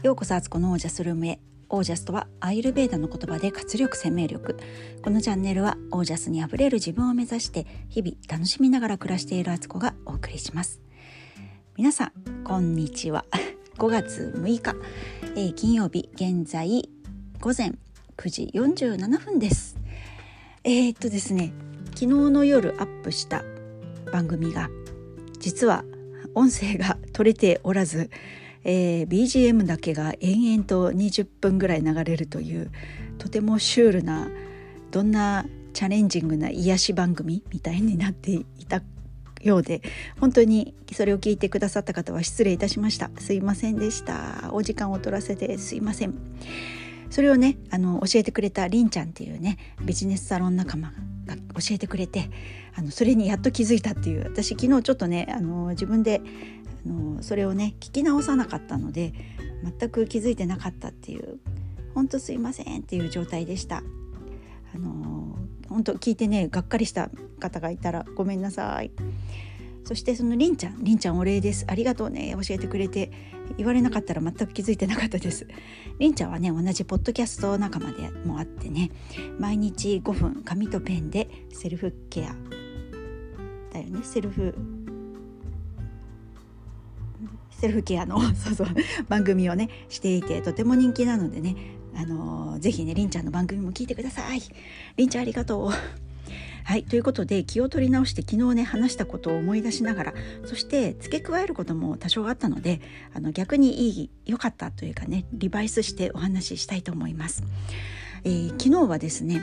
ようこそアツコのオージャスルームへ。オージャスとはアイルベーダの言葉で活力生命力。このチャンネルはオージャスにあふれる自分を目指して日々楽しみながら暮らしているアツコがお送りします。皆さんこんにちは。5月6日、金曜日、現在午前9時47分です。ですね、昨日の夜アップした番組が実は音声が取れておらず、BGM だけが延々と20分ぐらい流れるというとてもシュールな、どんなチャレンジングな癒し番組みたいになっていたようで、本当にそれを聞いてくださった方は失礼いたしました。すいませんでした。お時間を取らせてすいません。それをね、教えてくれたりんちゃんっていうね、ビジネスサロン仲間が教えてくれて、それにやっと気づいたっていう。私昨日ちょっとね、自分でそれをね聞き直さなかったので全く気づいてなかったっていう、本当すいませんっていう状態でした。本当聞いてねがっかりした方がいたらごめんなさい。そしてそのりんちゃんお礼です。ありがとうね、教えてくれて。言われなかったら全く気づいてなかったです。りんちゃんはね、同じポッドキャスト仲間でもあってね、毎日5分紙とペンでセルフケアだよね、セルフケアの番組をねしていて、とても人気なのでね、ぜひねりんちゃんの番組も聞いてください。りんちゃんありがとう。はい、ということで気を取り直して昨日ね話したことを思い出しながら、そして付け加えることも多少あったので、逆に良かったというかね、リバイスしてお話ししたいと思います。昨日はですね、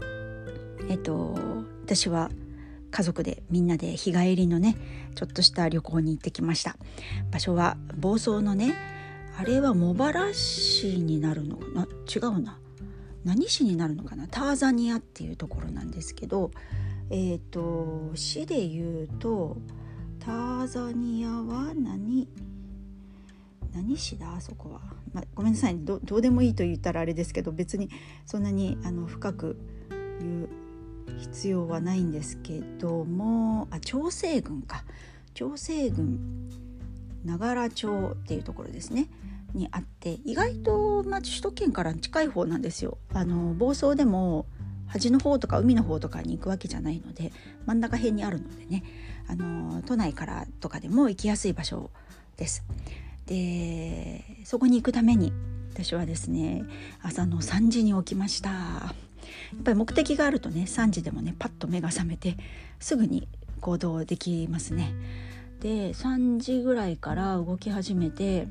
私は家族でみんなで日帰りのねちょっとした旅行に行ってきました。場所は房総のね、あれは茂原市になるのかな、違うな、何市になるのかな、ターザニアっていうところなんですけど、市で言うとターザニアは何市だあそこは、ごめんなさいね、どうでもいいと言ったらあれですけど、別にそんなに深く言う必要はないんですけども、長生郡長良町っていうところですねにあって、意外と首都圏から近い方なんですよ。房総でも端の方とか海の方とかに行くわけじゃないので、真ん中辺にあるのでね、都内からとかでも行きやすい場所です。でそこに行くために私はですね、朝の3時に起きました。やっぱり目的があるとね、3時でもねパッと目が覚めてすぐに行動できますね。で3時ぐらいから動き始めて、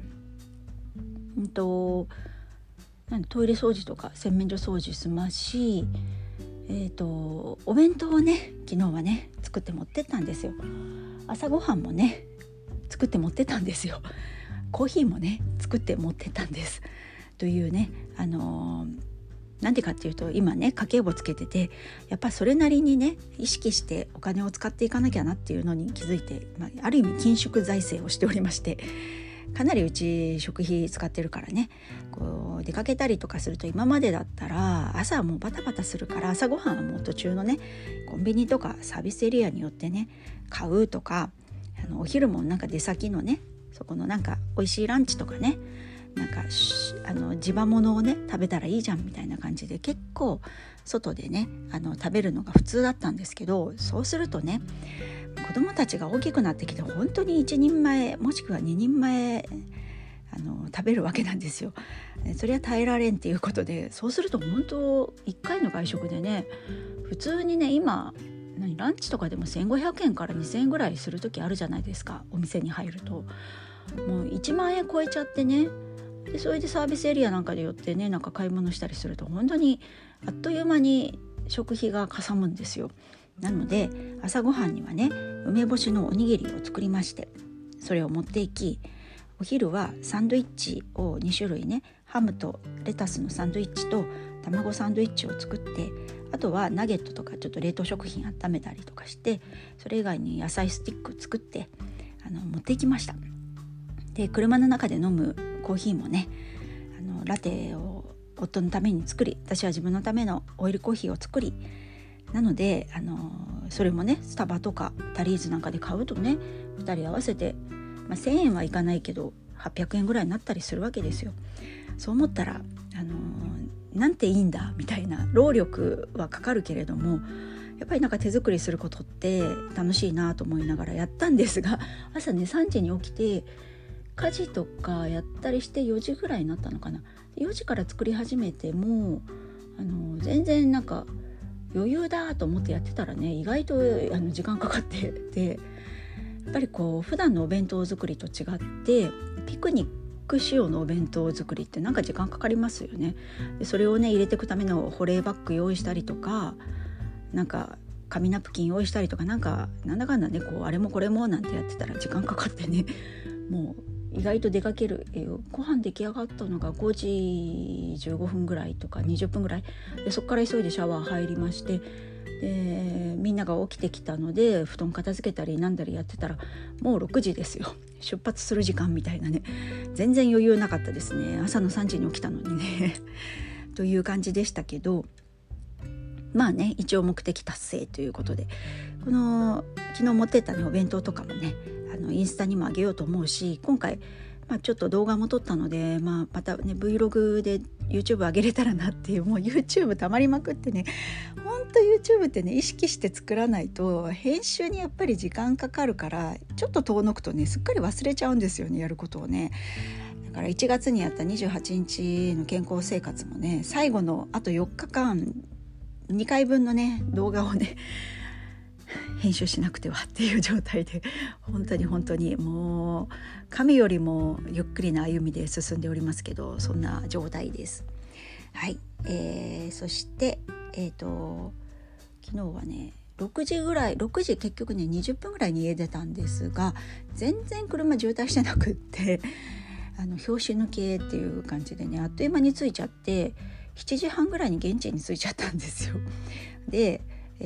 トイレ掃除とか洗面所掃除済まし、お弁当をね昨日はね作って持ってったんですよ。朝ごはんもね作って持ってったんですよ。コーヒーもね作って持ってったんですというね、なんでかっていうと、今ね家計簿つけてて、やっぱそれなりにね意識してお金を使っていかなきゃなっていうのに気づいて、ある意味緊縮財政をしておりまして、かなりうち食費使ってるからね、こう出かけたりとかすると、今までだったら朝はもうバタバタするから、朝ごはんはもう途中のねコンビニとかサービスエリアによってね買うとか、お昼もなんか出先のねそこのなんか美味しいランチとかね、なんか地場物をね食べたらいいじゃんみたいな感じで、結構外でね食べるのが普通だったんですけど、そうするとね子供たちが大きくなってきて、本当に1人前もしくは2人前食べるわけなんですよ。それは耐えられんっていうことで、そうすると本当1回の外食でね、普通にね今ランチとかでも1500円から2000円ぐらいする時あるじゃないですか。お店に入るともう1万円超えちゃってね、でそれでサービスエリアなんかで寄ってねなんか買い物したりすると、本当にあっという間に食費がかさむんですよ。なので朝ごはんにはね梅干しのおにぎりを作りまして、それを持っていき、お昼はサンドイッチを2種類ね、ハムとレタスのサンドイッチと卵サンドイッチを作って、あとはナゲットとかちょっと冷凍食品温めたりとかして、それ以外に野菜スティック作って持っていきました。で車の中で飲むコーヒーもねラテを夫のために作り、私は自分のためのオイルコーヒーを作り、なのでそれもねスタバとかタリーズなんかで買うとね2人合わせて、1000円はいかないけど 800円ぐらいになったりするわけですよ。そう思ったらなんていいんだみたいな、労力はかかるけれどもやっぱりなんか手作りすることって楽しいなと思いながらやったんですが、朝ね3時に起きて家事とかやったりして4時ぐらいになったのかな。4時から作り始めても全然なんか余裕だと思ってやってたらね、意外と時間かかってて、やっぱりこう普段のお弁当作りと違ってピクニック仕様のお弁当作りってなんか時間かかりますよね。でそれをね入れていくための保冷バッグ用意したりとか、なんか紙ナプキン用意したりとか、なんだかんだねこうあれもこれもなんてやってたら時間かかってね、もう意外と出かける、ご飯出来上がったのが5時15分ぐらいとか20分ぐらいで、そこから急いでシャワー入りまして、でみんなが起きてきたので布団片付けたりなんだりやってたらもう6時ですよ。出発する時間みたいなね、全然余裕なかったですね。朝の3時に起きたのにねという感じでしたけど、まあね一応目的達成ということで、この昨日持ってったねお弁当とかもねインスタにもあげようと思うし、今回、ちょっと動画も撮ったので、またね Vlog で YouTube 上げれたらなっていう、もう YouTube たまりまくってね、ほんと YouTube ってね意識して作らないと編集にやっぱり時間かかるから、ちょっと遠のくとねすっかり忘れちゃうんですよね、やることをね。だから1月にやった28日の健康生活もね、最後のあと4日間2回分のね動画をね編集しなくてはっていう状態で、本当にもう神よりもゆっくりな歩みで進んでおりますけど、そんな状態です。はい、そして昨日はね6時結局ね20分ぐらいに家出たんですが、全然車渋滞してなくって拍子抜けっていう感じでね、あっという間に着いちゃって、7時半ぐらいに現地に着いちゃったんですよ。で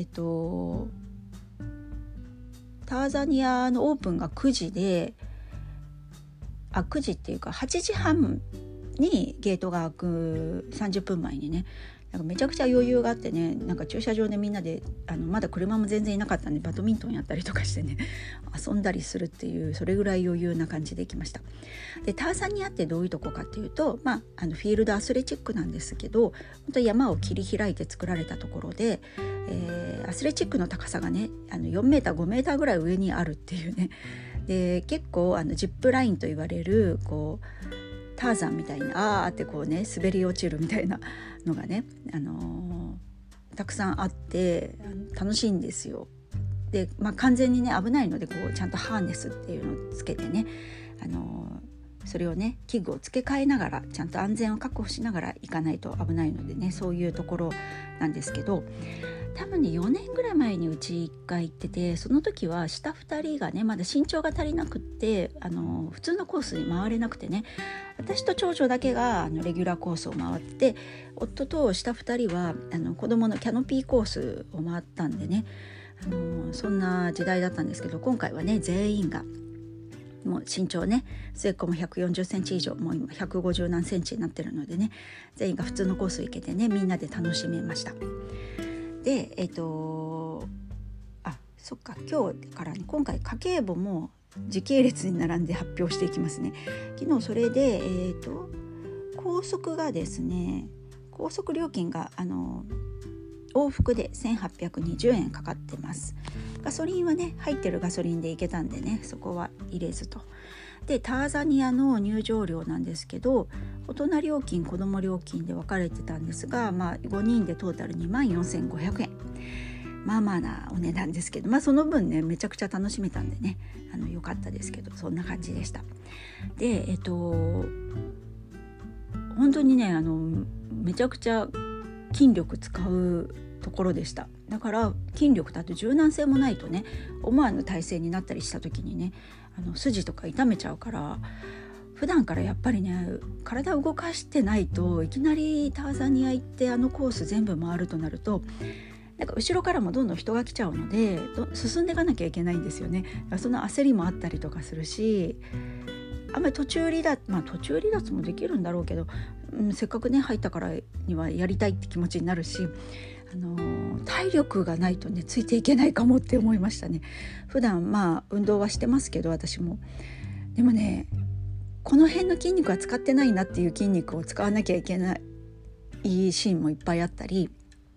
ターザニアのオープンが9時で、9時っていうか8時半にゲートが開く30分前にね、なんかめちゃくちゃ余裕があってね、なんか駐車場でみんなでまだ車も全然いなかったんでバドミントンやったりとかしてね遊んだりするっていう、それぐらい余裕な感じできました。でターザニアってどういうとこかっていうと、フィールドアスレチックなんですけど、本当山を切り開いて作られたところで、アスレチックの高さがね4メーター5メーターぐらい上にあるっていうね。で結構ジップラインと言われるこうターザンみたいなってこうね滑り落ちるみたいなのがね、たくさんあって楽しいんですよ。で、完全にね危ないのでこうちゃんとハーネスっていうのをつけてね、それをね器具を付け替えながらちゃんと安全を確保しながら行かないと危ないのでね、そういうところなんですけど、多分ね4年ぐらい前にうち1回行ってて、その時は下2人がねまだ身長が足りなくって普通のコースに回れなくてね、私と長女だけがレギュラーコースを回って、夫と下2人は子供のキャノピーコースを回ったんでね、そんな時代だったんですけど、今回はね全員がもう身長ね末っ子も140センチ以上、もう今150何センチになってるのでね、全員が普通のコース行けてねみんなで楽しめました。でそっか、今日からね今回家計簿も時系列に並んで発表していきますね。昨日それで高速がですね、高速料金が往復で1820円かかってます。ガソリンはね入ってるガソリンで行けたんでね、そこは入れずと。でターザニアの入場料なんですけど、大人料金子供料金で分かれてたんですが、5人でトータル24,500円、まあなお値段ですけど、その分ねめちゃくちゃ楽しめたんでね良かったですけど、そんな感じでした。で本当にねめちゃくちゃ筋力使うところでした。だから筋力だと柔軟性もないとね、思わぬ体勢になったりした時にね筋とか痛めちゃうから、普段からやっぱりね体を動かしてないといきなりターザニア行ってコース全部回るとなると、なんか後ろからもどんどん人が来ちゃうので進んでいかなきゃいけないんですよね。その焦りもあったりとかするし、あんまり途中離脱もできるんだろうけど、せっかくね入ったからにはやりたいって気持ちになるし、体力がないとねついていけないかもって思いましたね。普段運動はしてますけど私も、でもねこの辺の筋肉は使ってないなっていう筋肉を使わなきゃいけないシーンもいっぱいあったり、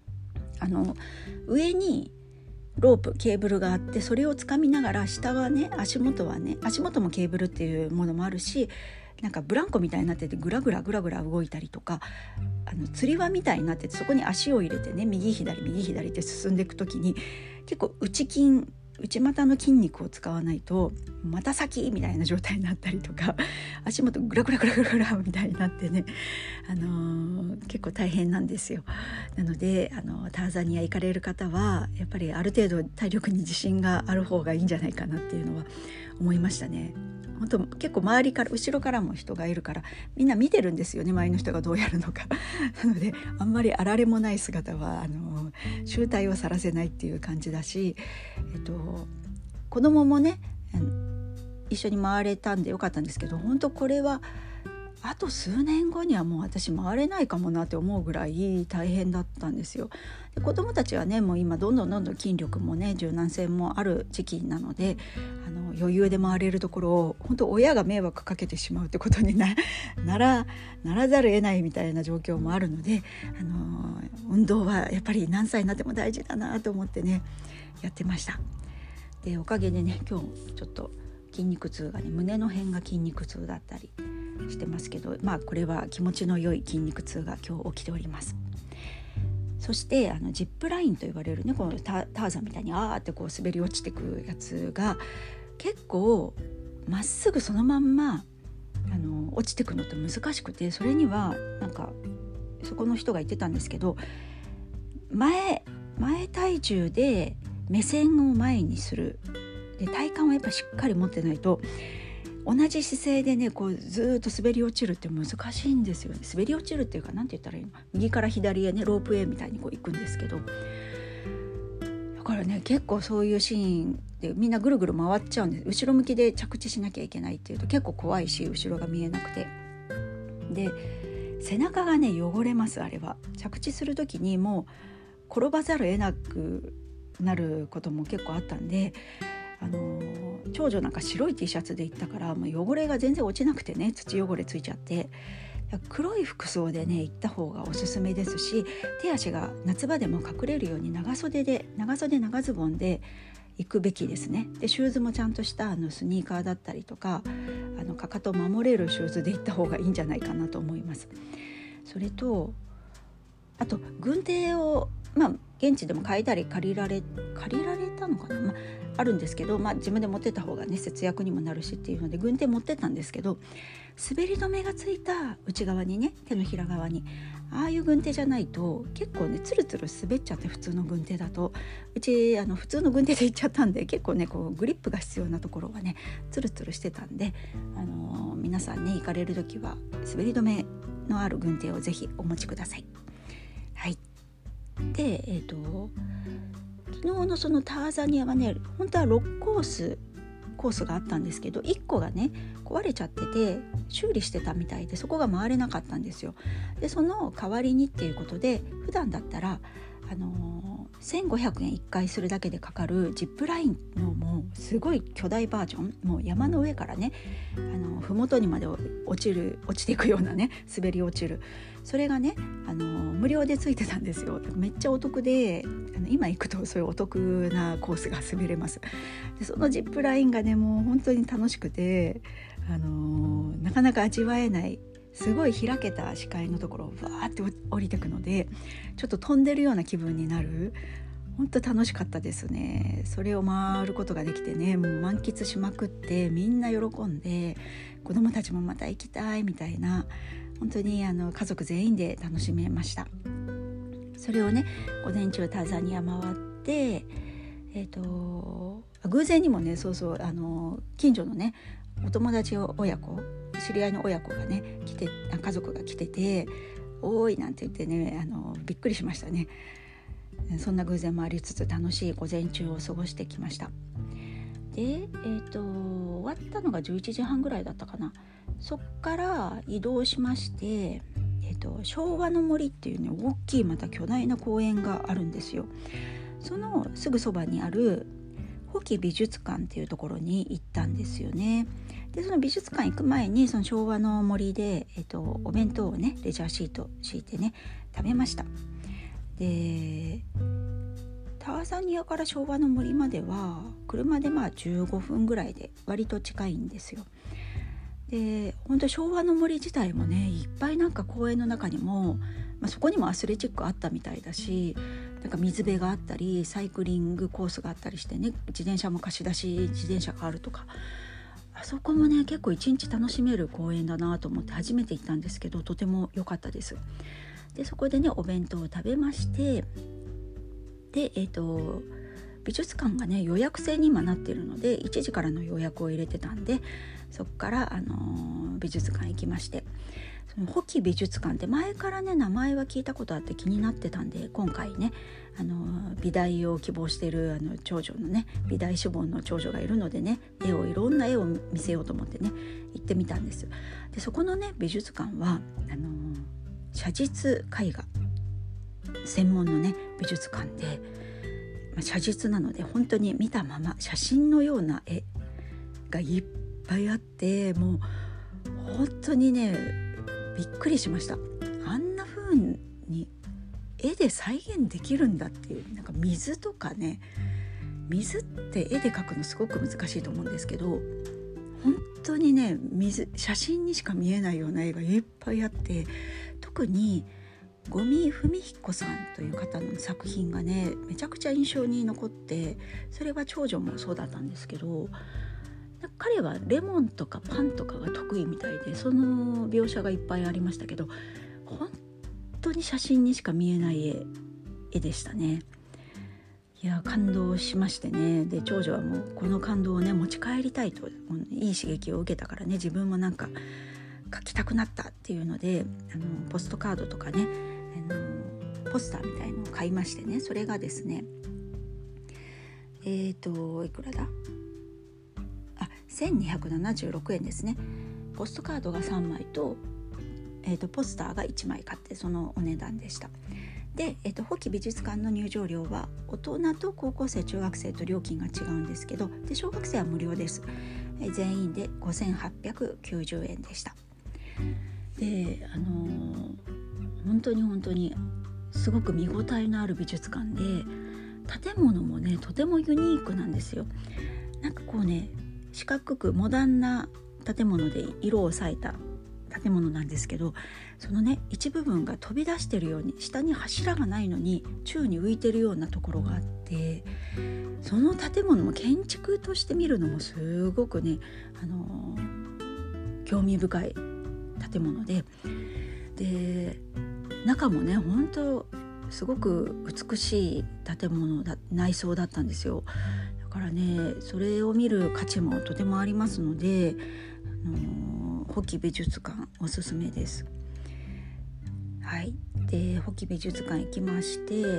上にロープケーブルがあって、それを掴みながら下はね、足元もケーブルっていうものもあるし、なんかブランコみたいになっててグラグラ動いたりとか、釣り輪みたいになってて、そこに足を入れてね、右左って進んでいくときに結構内股の筋肉を使わないと股先みたいな状態になったりとか、足元グラグラみたいになってね、結構大変なんですよ。なのでターザニア行かれる方はやっぱりある程度体力に自信がある方がいいんじゃないかなっていうのは思いましたね。本当結構周りから後ろからも人がいるから、みんな見てるんですよね、周りの人がどうやるのかなのであんまりあられもない姿は醜態を晒せないっていう感じだし、子供もね一緒に回れたんでよかったんですけど、本当これはあと数年後にはもう私回れないかもなって思うぐらい大変だったんですよ。で子供たちはね、もう今どんどん筋力もね柔軟性もある時期なので、余裕で回れるところを本当親が迷惑かけてしまうってことにならざるを得ないみたいな状況もあるので、運動はやっぱり何歳になっても大事だなと思ってねやってました。でおかげでね、今日ちょっと筋肉痛がね、胸の辺が筋肉痛だったりしてますけど、これは気持ちの良い筋肉痛が今日起きております。そしてジップラインと言われるね、このターザンみたいにってこう滑り落ちてくやつが結構まっすぐそのまんま落ちてくのって難しくて、それにはなんかそこの人が言ってたんですけど、前体重で目線を前にする、で体幹をやっぱしっかり持ってないと同じ姿勢でねこうずっと滑り落ちるって難しいんですよね。滑り落ちるっていうか、なんて言ったらいいの、右から左へねロープウェイみたいにこう行くんですけど、だからね結構そういうシーンでみんなぐるぐる回っちゃうんです。後ろ向きで着地しなきゃいけないっていうと結構怖いし、後ろが見えなくて、で背中がね汚れます。あれは着地する時にもう転ばざるを得なくなることも結構あったんで、長女なんか白い T シャツで行ったからもう汚れが全然落ちなくてね、土汚れついちゃって、黒い服装でね行った方がおすすめですし、手足が夏場でも隠れるように長袖長ズボンで行くべきですね。でシューズもちゃんとしたスニーカーだったりとか、かかとを守れるシューズで行った方がいいんじゃないかなと思います。それとあと軍手を現地でも借りられたのかな、あるんですけど、自分で持ってった方がね節約にもなるしっていうので軍手持ってったんですけど、滑り止めがついた内側にね、手のひら側にああいう軍手じゃないと結構ねツルツル滑っちゃって、普通の軍手だと、うち普通の軍手で行っちゃったんで結構ねこうグリップが必要なところはねツルツルしてたんで、皆さんね行かれる時は滑り止めのある軍手をぜひお持ちください。はい。で昨日のそのターザニアはね、本当は6コースがあったんですけど、1個がね壊れちゃってて修理してたみたいで、そこが回れなかったんですよ。でその代わりにっていうことで、普段だったら1500円1回するだけでかかるジップラインのもうすごい巨大バージョン、もう山の上からね麓にまで落ちていくようなね、滑り落ちる、それがね無料でついてたんですよ。めっちゃお得で、今行くとそういうお得なコースが滑れます。でそのジップラインがねもう本当に楽しくて、なかなか味わえないすごい開けた視界のところをバーって降りてくので、ちょっと飛んでるような気分になる、本当楽しかったですね。それを回ることができてね、もう満喫しまくって、みんな喜んで、子供たちもまた行きたいみたいな、本当に家族全員で楽しめました。それをね午前中ターザニア回って、偶然にもね近所のねお友達親子、知り合いの親子がね家族が来てて、おーいなんて言ってねびっくりしましたね。そんな偶然もありつつ楽しい午前中を過ごしてきました。で、終わったのが11時半ぐらいだったかな。そっから移動しまして、昭和の森っていうね大きいまた巨大な公園があるんですよ。そのすぐそばにある保木美術館っていうところに行ったんですよね。でその美術館行く前にその昭和の森で、お弁当をねレジャーシート敷いてね食べました。でターザニアから昭和の森までは車で15分ぐらいで割と近いんですよ。で本当昭和の森自体もねいっぱいなんか公園の中にも、そこにもアスレチックあったみたいだし、なんか水辺があったりサイクリングコースがあったりしてね、自転車も貸し出し自転車があるとか、あそこもね結構一日楽しめる公園だなと思って初めて行ったんですけど、とても良かったです。でそこでねお弁当を食べまして、で美術館がね予約制に今なっているので1時からの予約を入れてたんで、そこから、美術館行きまして、その保木美術館って前からね名前は聞いたことあって気になってたんで、今回ね美大を希望している長女のね美大志望の長女がいるのでね、いろんな絵を見せようと思ってね行ってみたんです。でそこのね美術館は写実絵画専門のね美術館で、写実なので本当に見たまま写真のような絵がいっぱいあって、もう本当にねびっくりしました。あんな風に絵で再現できるんだっていう、なんか水とかね、水って絵で描くのすごく難しいと思うんですけど、本当にね写真にしか見えないような絵がいっぱいあって、特に五味文彦さんという方の作品がねめちゃくちゃ印象に残って、それは長女もそうだったんですけど、彼はレモンとかパンとかが得意みたいで、その描写がいっぱいありましたけど、本当に写真にしか見えない絵でしたね。いや感動しましてね。で長女はもうこの感動をね持ち帰りたいと、いい刺激を受けたからね、自分もなんか描きたくなったっていうので、ポストカードとかねポスターみたいのを買いましてね、それがですねいくらだ1276円ですね。ポストカードが3枚と、ポスターが1枚買って、そのお値段でした。で、保木美術館の入場料は大人と高校生中学生と料金が違うんですけど、で小学生は無料です。全員で5890円でした。で本当にすごく見応えのある美術館で、建物もねとてもユニークなんですよ。なんかこうね四角くモダンな建物で色を割いた建物なんですけど、そのね一部分が飛び出してるように、下に柱がないのに宙に浮いてるようなところがあって、その建物も建築として見るのもすごくね、興味深い建物で、中もね本当すごく美しい建物内装だったんですよ。だからねそれを見る価値もとてもありますので、保木美術館おすすめです。はい。で保木美術館行きまして、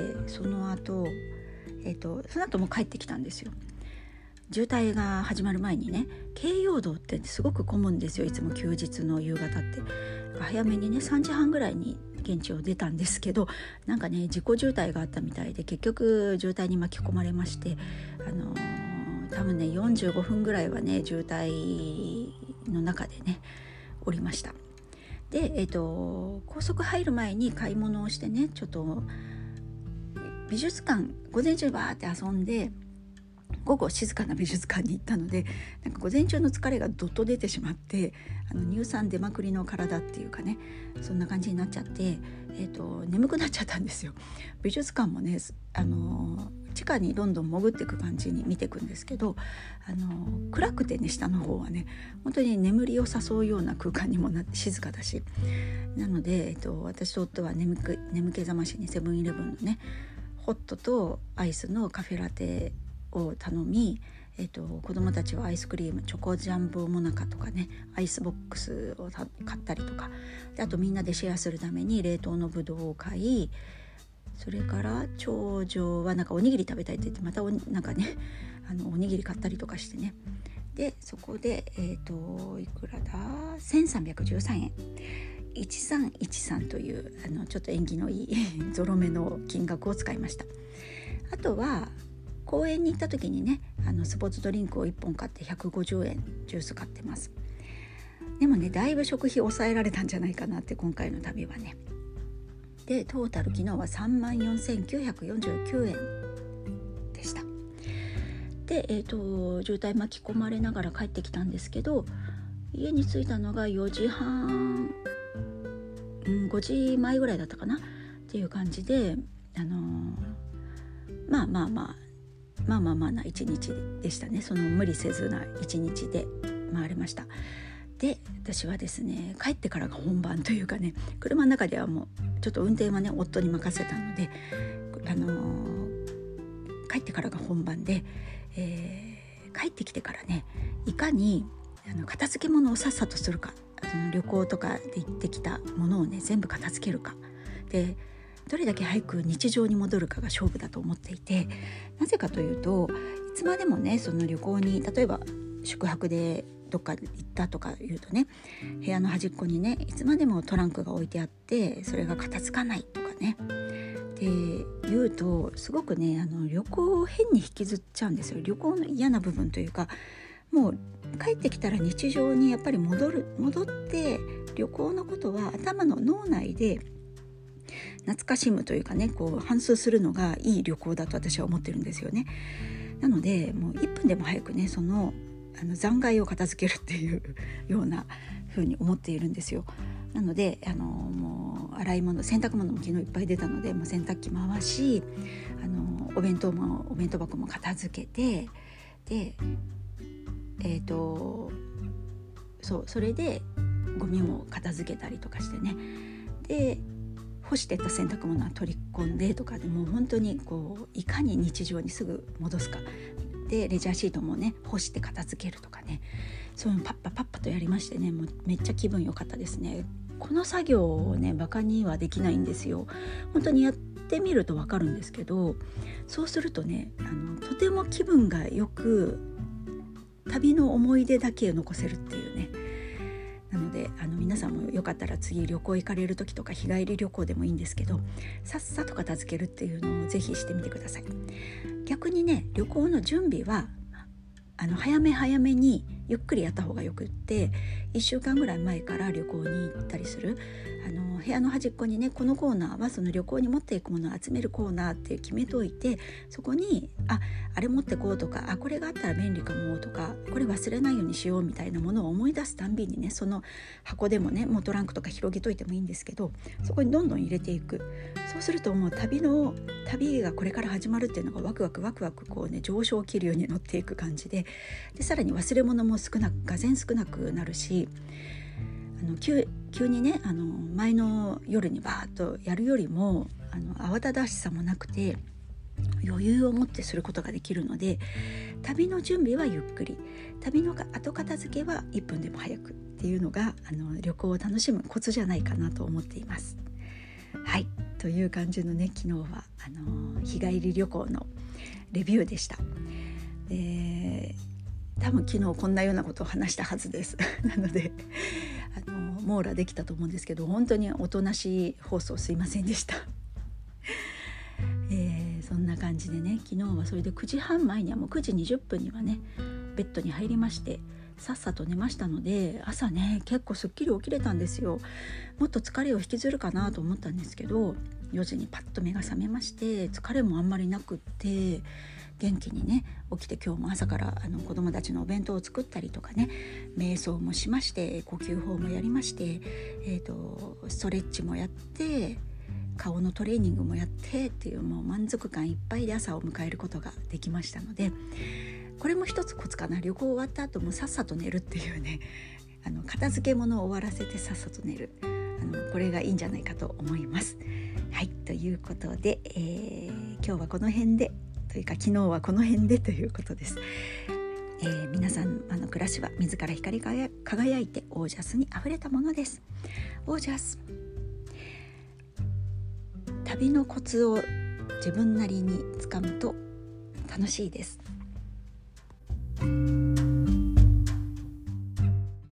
その後もう帰ってきたんですよ。渋滞が始まる前にね、京葉道ってすごく混むんですよ、いつも休日の夕方って。早めにね3時半ぐらいに現地を出たんですけど、なんかね自己渋滞があったみたいで、結局渋滞に巻き込まれまして、多分ね45分ぐらいはね渋滞の中でね降りました。で、高速入る前に買い物をしてね、ちょっと美術館午前中バーって遊んで、午後静かな美術館に行ったので、なんか午前中の疲れがどっと出てしまって、乳酸出まくりの体っていうかね、そんな感じになっちゃって、眠くなっちゃったんですよ。美術館もね地下にどんどん潜っていく感じに見ていくんですけど、暗くてね下の方はね本当に眠りを誘うような空間にも静かだし、なので、私と夫は眠気覚ましにセブンイレブンのねホットとアイスのカフェラテを頼み、子どもたちはアイスクリームチョコジャンボモナカとかねアイスボックスを買ったりとかで、あとみんなでシェアするために冷凍のぶどうを買い、それから長女はなんかおにぎり食べたいって言って、またなんかねおにぎり買ったりとかしてね、でそこでいくらだ1313円1313というちょっと縁起のいいゾロ目の金額を使いました。あとは公園に行った時にねスポーツドリンクを1本買って150円ジュース買ってます。でもねだいぶ食費抑えられたんじゃないかなって今回の旅はね。でトータル昨日は34,949円でした。で、渋滞巻き込まれながら帰ってきたんですけど、家に着いたのが4時半、5時前ぐらいだったかなっていう感じで、まあな一日でしたね。その無理せずな一日で回れました。で私はですね帰ってからが本番というかね、車の中ではもうちょっと運転はね夫に任せたので、帰ってからが本番で、帰ってきてからねいかに片付け物をさっさとするか、旅行とかで行ってきたものをね全部片付けるかで、どれだけ早く日常に戻るかが勝負だと思っていて、なぜかというといつまでもねその旅行に例えば宿泊でどっか行ったとかいうとね、部屋の端っこにねいつまでもトランクが置いてあってそれが片付かないとかねっていうとすごくね旅行を変に引きずっちゃうんですよ。旅行の嫌な部分というか、もう帰ってきたら日常にやっぱり戻って旅行のことは頭の脳内で懐かしむというかね、こう反芻するのがいい旅行だと私は思ってるんですよね。なのでもう1分でも早くねその残骸を片付けるっていうような風に思っているんですよ。なのでもう洗い物洗濯物も昨日いっぱい出たのでもう洗濯機回し、お弁当箱も片付けて、でそれでゴミも片付けたりとかしてね、で干してた洗濯物は取り込んでとかで、もう本当にこういかに日常にすぐ戻すかで、レジャーシートもね干して片付けるとかね、そういうのパッパとやりましてね、もうめっちゃ気分良かったですね。この作業をねバカにはできないんですよ。本当にやってみると分かるんですけど、そうするとねとても気分がよく旅の思い出だけ残せるっていうね。なので皆さんもよかったら次旅行行かれる時とか日帰り旅行でもいいんですけど、さっさと片付けるっていうのをぜひしてみてください。逆にね旅行の準備は早めにゆっくりやった方がよくって、1週間ぐらい前から旅行に行ったりする。部屋の端っこにねこのコーナーはその旅行に持っていくものを集めるコーナーって決めといて、そこにあれ持ってこうとか、これがあったら便利かもとか、これ忘れないようにしようみたいなものを思い出すたんびにね、その箱でもねもうトランクとか広げといてもいいんですけど、そこにどんどん入れていく。そうするともう旅がこれから始まるっていうのがワクワクこうね上昇気流に乗っていく感じで、さらに忘れ物もがぜん少なくなるし、急にね前の夜にバーッとやるよりも慌ただしさもなくて余裕を持ってすることができるので、旅の準備はゆっくり、旅の後片付けは1分でも早くっていうのが旅行を楽しむコツじゃないかなと思っています。はい、という感じのね昨日は日帰り旅行のレビューでした。多分昨日こんなようなことを話したはずですなので網羅できたと思うんですけど、本当におとなしい放送すいませんでしたそんな感じでね、昨日はそれで9時半前にはもう9時20分にはねベッドに入りまして、さっさと寝ましたので、朝ね結構すっきり起きれたんですよ。もっと疲れを引きずるかなと思ったんですけど、4時にパッと目が覚めまして、疲れもあんまりなくって元気にね起きて、今日も朝から子どもたちのお弁当を作ったりとかね、瞑想もしまして、呼吸法もやりまして、ストレッチもやって、顔のトレーニングもやってっていう、もう満足感いっぱいで朝を迎えることができましたので、これも一つコツかな。旅行終わった後もさっさと寝るっていうね、片付け物を終わらせてさっさと寝る、これがいいんじゃないかと思います。はい、ということで、今日はこの辺でというか昨日はこの辺でということです。皆さん暮らしは自ら光り輝いてオージャスにあふれたものです。オージャス、旅のコツを自分なりにつかむと楽しいです。